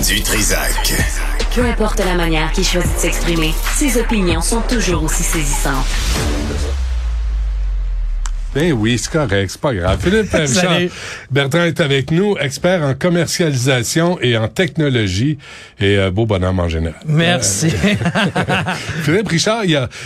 Du Trizac. Peu importe la manière qu'il choisit de s'exprimer, ses opinions sont toujours aussi saisissantes. Ben oui, c'est correct, c'est pas grave. Philippe Richard Bertrand est avec nous, expert en commercialisation et en technologie et beau bonhomme en général. Merci. Philippe Richard,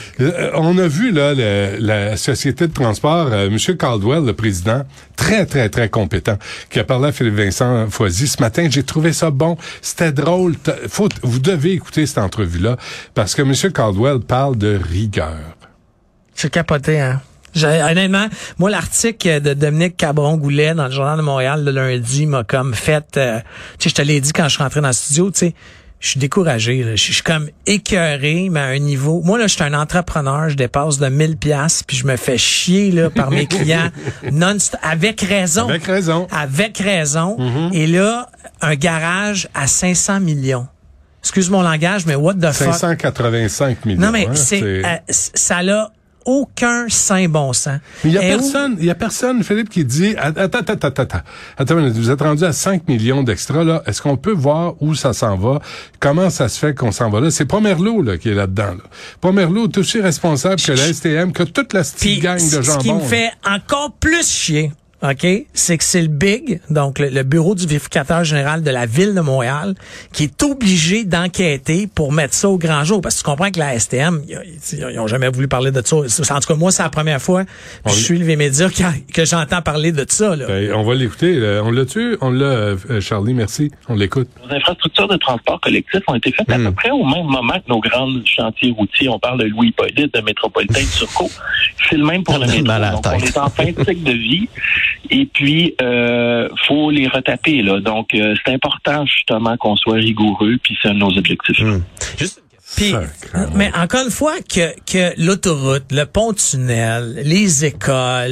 on a vu là la société de transport, M. Caldwell, le président, très, très, très compétent, qui a parlé à Philippe Vincent Foisy ce matin. J'ai trouvé ça bon, c'était drôle. Vous devez écouter cette entrevue-là, parce que M. Caldwell parle de rigueur. Je suis capoté, hein. Honnêtement, moi, l'article de Dominique Cabron-Goulet dans le Journal de Montréal le lundi m'a comme fait... tu sais, je te l'ai dit quand je suis rentré dans le studio, tu sais, je suis découragé. Là. Je suis comme écœuré, mais à un niveau... Moi, là, je suis un entrepreneur, je dépasse de 1000 piastres, puis je me fais chier là par mes clients non-stop, avec raison. Avec raison. Avec raison. Mm-hmm. Et là, un garage à 500 millions. Excuse mon langage, mais what the fuck? 585 millions. Non, mais ça l'a aucun saint bon sens. Mais il y a personne, Philippe, qui dit, attends, vous êtes rendu à 5 millions d'extras, là. Est-ce qu'on peut voir où ça s'en va? Comment ça se fait qu'on s'en va là? C'est Pomerleau, là, qui est là-dedans, là. Pomerleau est aussi responsable que la STM, que toute la petite gang de jambon. Ce qui me fait encore plus chier, OK, c'est que c'est le BIG, donc le bureau du vérificateur général de la Ville de Montréal, qui est obligé d'enquêter pour mettre ça au grand jour. Parce que tu comprends que la STM, ils ont jamais voulu parler de ça. En tout cas, moi, c'est la première fois que je suis les médias que j'entends parler de ça. Là. Ben, on va l'écouter. On l'a-tu? On l'a, Charlie, merci. On l'écoute. Nos infrastructures de transport collectif ont été faites à peu près au même moment que nos grands chantiers routiers. On parle de Louis-Hippolyte, de Métropolitain, de Turcot. C'est le même pour le métro. Donc, on est en fin de cycle de vie. Et puis, faut les retaper, là. Donc, c'est important, justement, qu'on soit rigoureux, puis c'est un de nos objectifs. Puis, mais encore une fois, que l'autoroute, le pont-tunnel, les écoles,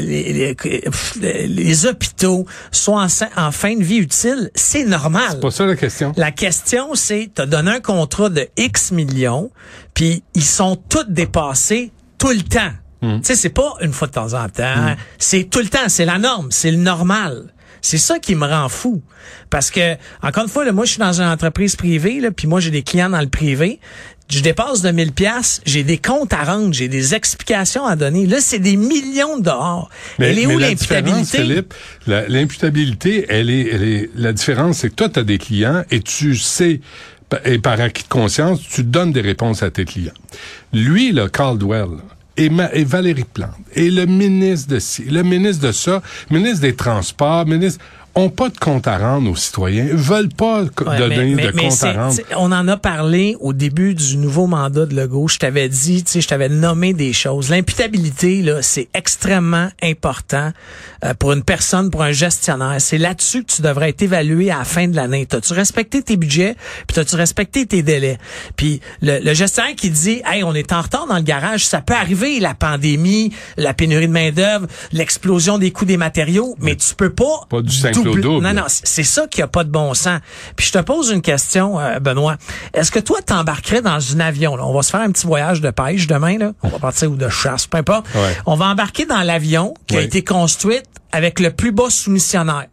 les hôpitaux soient en fin de vie utile, c'est normal. C'est pas ça la question. La question, c'est, t'as donné un contrat de X millions, puis ils sont tous dépassés tout le temps. Tu sais, c'est pas une fois de temps en temps, c'est tout le temps, c'est la norme, c'est le normal. C'est ça qui me rend fou. Parce que, encore une fois, là, moi, je suis dans une entreprise privée, là, puis moi, j'ai des clients dans le privé. Je dépasse de 1000 piastres, j'ai des comptes à rendre, j'ai des explications à donner. Là, c'est des millions de dollars. Elle est où l'imputabilité? Philippe, l'imputabilité, elle est, la différence, c'est que toi, tu as des clients et tu sais, et par acquis de conscience, tu donnes des réponses à tes clients. Lui, là, Caldwell, et Valérie Plante, et le ministre de ci, le ministre de ça, ministre des Transports, ont pas de compte à rendre aux citoyens, veulent pas donner de compte à rendre. On en a parlé au début du nouveau mandat de Legault. Je t'avais dit, je t'avais nommé des choses. L'imputabilité, là, c'est extrêmement important pour une personne, pour un gestionnaire. C'est là-dessus que tu devrais être évalué à la fin de l'année. T'as-tu respecté tes budgets, puis t'as-tu respecté tes délais? Puis le gestionnaire qui dit, hey, on est en retard dans le garage, ça peut arriver, la pandémie, la pénurie de main-d'œuvre, l'explosion des coûts des matériaux, mais tu peux pas du double. Non, c'est ça qui a pas de bon sens. Puis je te pose une question, Benoît. Est-ce que toi, t'embarquerais dans un avion? Là? On va se faire un petit voyage de pêche demain. Là. On va partir ou de chasse, peu importe. Ouais. On va embarquer dans l'avion qui a été construite avec le plus bas soumissionnaire.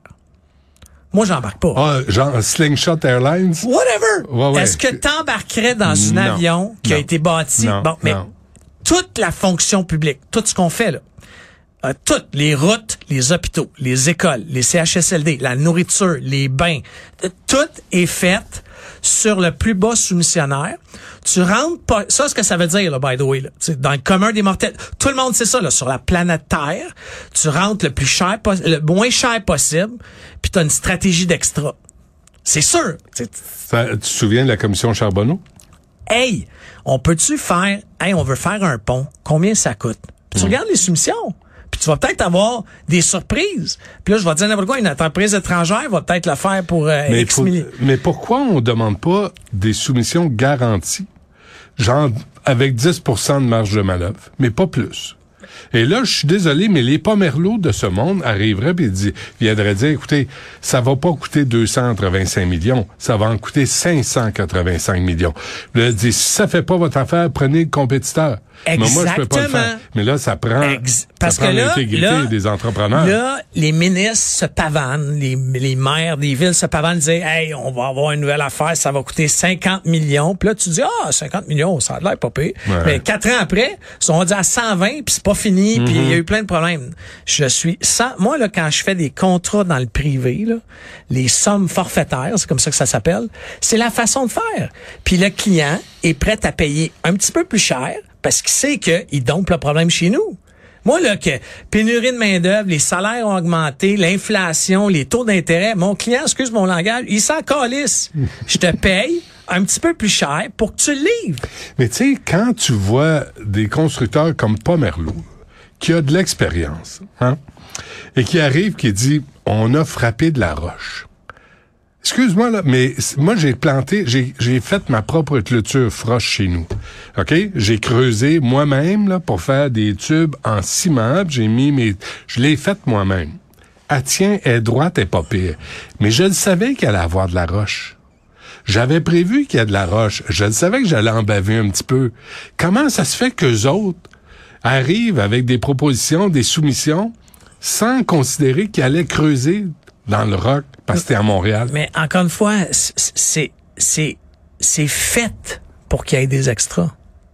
Moi, j'embarque pas. Ah, genre Slingshot Airlines? Whatever! Ouais. Est-ce que t'embarquerais dans un avion qui a été bâti? Mais toute la fonction publique, tout ce qu'on fait, là, toutes les routes, les hôpitaux, les écoles, les CHSLD, la nourriture, les bains, tout est fait sur le plus bas soumissionnaire. Tu rentres pas, ça, ce que ça veut dire, là, by the way, là, dans le commun des mortels, tout le monde sait ça, là, sur la planète Terre, tu rentres le moins cher possible, puis t'as une stratégie d'extra. C'est sûr. Tu te souviens de la commission Charbonneau? Hey, on veut faire un pont. Combien ça coûte? Puis tu regardes les soumissions. Puis tu vas peut-être avoir des surprises. Puis là, je vais te dire n'importe quoi, une entreprise étrangère va peut-être le faire pour X millions. Mais pourquoi on demande pas des soumissions garanties, genre avec 10% de marge de manœuvre, mais pas plus? Et là, je suis désolé, mais les Pomerleau de ce monde arriveraient et viendraient dire, écoutez, ça va pas coûter 285 millions, ça va en coûter 585 millions. Là, dit, si ça fait pas votre affaire, prenez le compétiteur. Mais moi, je peux pas le faire. Mais là, ça prend l'intégrité des entrepreneurs. Là, les ministres se pavanent, les maires des villes se pavanent, disent, hey, on va avoir une nouvelle affaire, ça va coûter 50 millions. Puis là, tu dis, 50 millions, ça a l'air pas pire. Ouais. Mais 4 ans après, ils sont rendus à 120, puis c'est pas fini, puis il y a eu plein de problèmes. Moi, là, quand je fais des contrats dans le privé, là, les sommes forfaitaires, c'est comme ça que ça s'appelle, c'est la façon de faire. Puis le client est prêt à payer un petit peu plus cher parce qu'il sait qu'il dompe le problème chez nous. Moi, là, que pénurie de main-d'œuvre, les salaires ont augmenté, l'inflation, les taux d'intérêt, mon client, excuse mon langage, il s'en calisse. Je te paye un petit peu plus cher pour que tu le livres. Mais tu sais, quand tu vois des constructeurs comme Pomerleau, qui a de l'expérience, et qui arrive, qui dit, on a frappé de la roche. Excuse-moi, là, mais moi, j'ai fait ma propre clôture froche chez nous. OK? J'ai creusé moi-même, là, pour faire des tubes en ciment, je l'ai faite moi-même. Ah, tiens, elle est droite, elle est pas pire. Mais je le savais qu'elle allait avoir de la roche. J'avais prévu qu'il y a de la roche. Je le savais que j'allais en baver un petit peu. Comment ça se fait qu'eux autres arrivent avec des propositions, des soumissions, sans considérer qu'ils allaient creuser dans le roc, parce que c'était à Montréal? Mais encore une fois, c'est fait pour qu'il y ait des extras.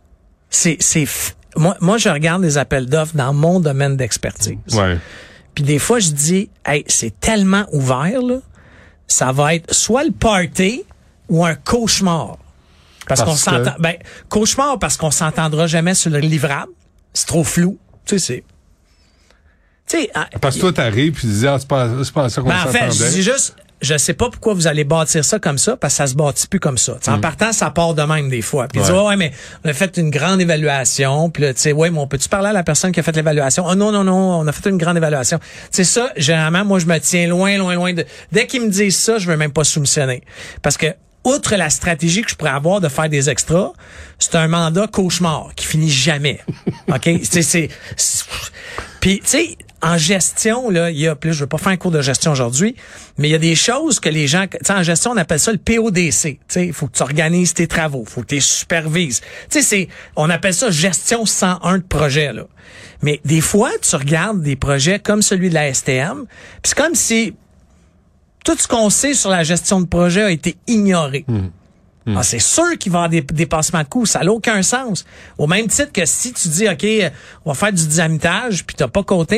Moi, je regarde les appels d'offres dans mon domaine d'expertise. Ouais. Puis des fois, je dis, hey, c'est tellement ouvert, là, ça va être soit le party ou un cauchemar. Parce qu'on s'entend. Cauchemar parce qu'on s'entendra jamais sur le livrable. C'est trop flou. Tu sais, parce que toi, t'arrives puis tu dis, c'est pas ça qu'on s'entendait. En fait, je dis juste, je sais pas pourquoi vous allez bâtir ça comme ça, parce que ça se bâtit plus comme ça. En partant, ça part de même des fois. Puis ils disent, ouais, mais on a fait une grande évaluation. Puis là, tu sais, ouais, mais on peut-tu parler à la personne qui a fait l'évaluation? Oh non, on a fait une grande évaluation. Tu sais, ça, généralement, moi, je me tiens loin de... Dès qu'ils me disent ça, je veux même pas soumissionner. Parce que, outre la stratégie que je pourrais avoir de faire des extras, c'est un mandat cauchemar qui finit jamais. OK? Puis, tu sais, en gestion, là, je veux pas faire un cours de gestion aujourd'hui, mais il y a des choses que les gens, tu sais, en gestion, on appelle ça le PODC. Tu sais, il faut que tu organises tes travaux, il faut que tu les supervises. Tu sais, on appelle ça gestion 101 de projet, là. Mais des fois, tu regardes des projets comme celui de la STM, puis c'est comme si tout ce qu'on sait sur la gestion de projet a été ignoré. Ah, c'est sûr qu'il va y avoir des dépassements de coûts. Ça n'a aucun sens. Au même titre que si tu dis, OK, on va faire du dynamitage, puis t'as pas compté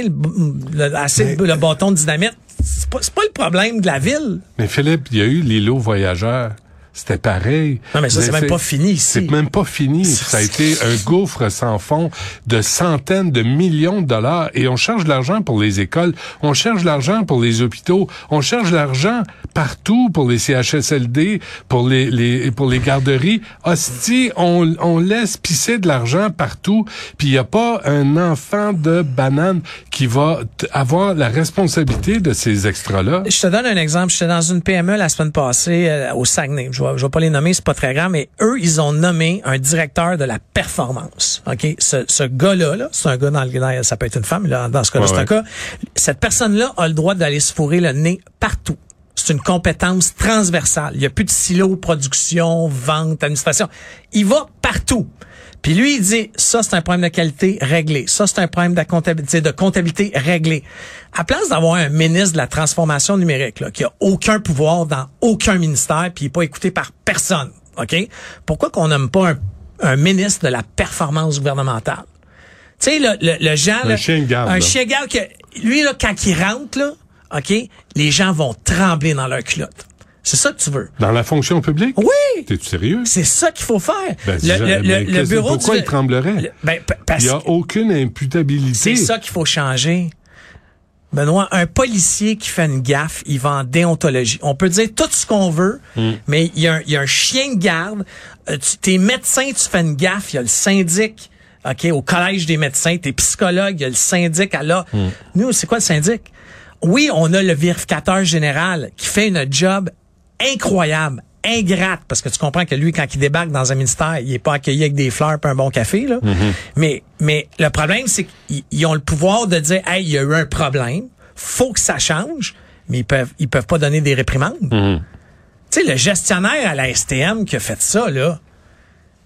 le bâton de dynamite, c'est pas le problème de la ville. Mais Philippe, il y a eu l'îlot voyageur. C'était pareil. Non, mais ça, c'est même pas fini ici. C'est même pas fini. Ça a été un gouffre sans fond de centaines de millions de dollars. Et on cherche de l'argent pour les écoles. On cherche de l'argent pour les hôpitaux. On cherche de l'argent partout pour les CHSLD, pour les garderies. Hostie, on laisse pisser de l'argent partout. Puis il y a pas un enfant de banane qui va avoir la responsabilité de ces extras-là. Je te donne un exemple. J'étais dans une PME la semaine passée au Saguenay. Je vais pas les nommer, c'est pas très grave, mais eux, ils ont nommé un directeur de la performance. OK? Ce gars-là, c'est un gars ça peut être une femme, là, dans ce cas-là, c'est un cas. Cette personne-là a le droit d'aller se fourrer le nez partout. C'est une compétence transversale. Il y a plus de silo, production, vente, administration. Il va partout. Puis lui, il dit, ça, c'est un problème de qualité réglé. Ça, c'est un problème de comptabilité réglé. À place d'avoir un ministre de la transformation numérique, là, qui a aucun pouvoir dans aucun ministère, puis il n'est pas écouté par personne, OK? Pourquoi qu'on nomme pas un ministre de la performance gouvernementale? Tu sais, le genre... Un chien de garde. Un chien de garde que, lui, là, quand il rentre, là, OK, les gens vont trembler dans leur culotte. C'est ça que tu veux. Dans la fonction publique? Oui! T'es-tu sérieux? C'est ça qu'il faut faire. Le bureau pourquoi il tremblerait? Parce il n'y a aucune imputabilité. C'est ça qu'il faut changer. Benoît, un policier qui fait une gaffe, il va en déontologie. On peut dire tout ce qu'on veut, mais il y a un chien de garde. T'es médecin, tu fais une gaffe, il y a le syndic. OK, au collège des médecins, t'es psychologue, il y a le syndic à là. Nous, c'est quoi le syndic? Oui, on a le vérificateur général qui fait une job incroyable, ingrate, parce que tu comprends que lui, quand il débarque dans un ministère, il est pas accueilli avec des fleurs et un bon café, là. Mais le problème, c'est qu'ils ont le pouvoir de dire, hey, il y a eu un problème, faut que ça change, mais ils peuvent pas donner des réprimandes. Tu sais, le gestionnaire à la STM qui a fait ça, là,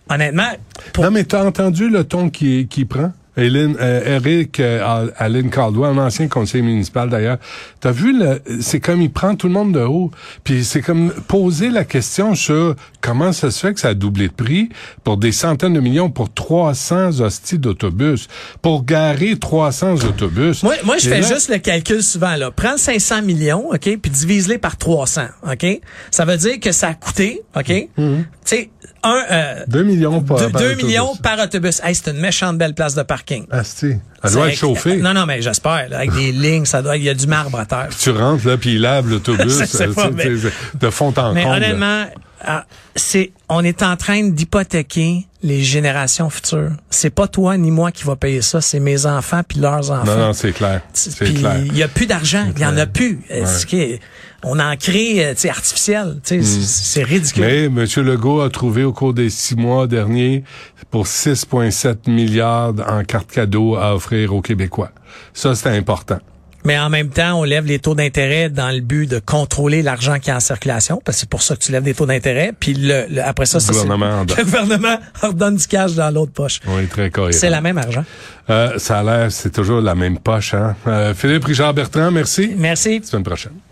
honnêtement... Non, mais t'as entendu le ton qu'il prend? Eric Allen Caldwell, un ancien conseiller municipal d'ailleurs, t'as vu, c'est comme il prend tout le monde de haut, puis c'est comme poser la question sur comment ça se fait que ça a doublé de prix pour des centaines de millions pour 300 hosties d'autobus, pour garer 300 autobus. Moi je fais juste le calcul souvent, là. Prends 500 millions, OK, puis divise-les par 300, OK? Ça veut dire que ça a coûté, OK? Tu sais, 2 millions par 2 millions par autobus. Hey, c'est une méchante belle place de parking. Ah, c'est. Elle doit être chauffée. Non, mais j'espère. Là, avec des lignes, il y a du marbre à terre. Puis tu rentres là, puis il lave l'autobus de fond en comble. Mais honnêtement, on est en train d'hypothéquer les générations futures. C'est pas toi ni moi qui va payer ça, c'est mes enfants puis leurs enfants. Non, c'est clair. C'est clair. Il y a plus d'argent, il y en a plus. On en crée, artificiel, c'est ridicule. Mais M. Legault a trouvé au cours des 6 mois derniers pour 6,7 milliards en cartes cadeaux à offrir aux Québécois. Ça, c'est important. Mais en même temps, on lève les taux d'intérêt dans le but de contrôler l'argent qui est en circulation, parce que c'est pour ça que tu lèves des taux d'intérêt. Puis après ça, le gouvernement redonne du cash dans l'autre poche. Oui, très cohérent. C'est la même argent. Ça a l'air, c'est toujours la même poche. Hein? Philippe Richard Bertrand, merci. Merci. Semaine prochaine.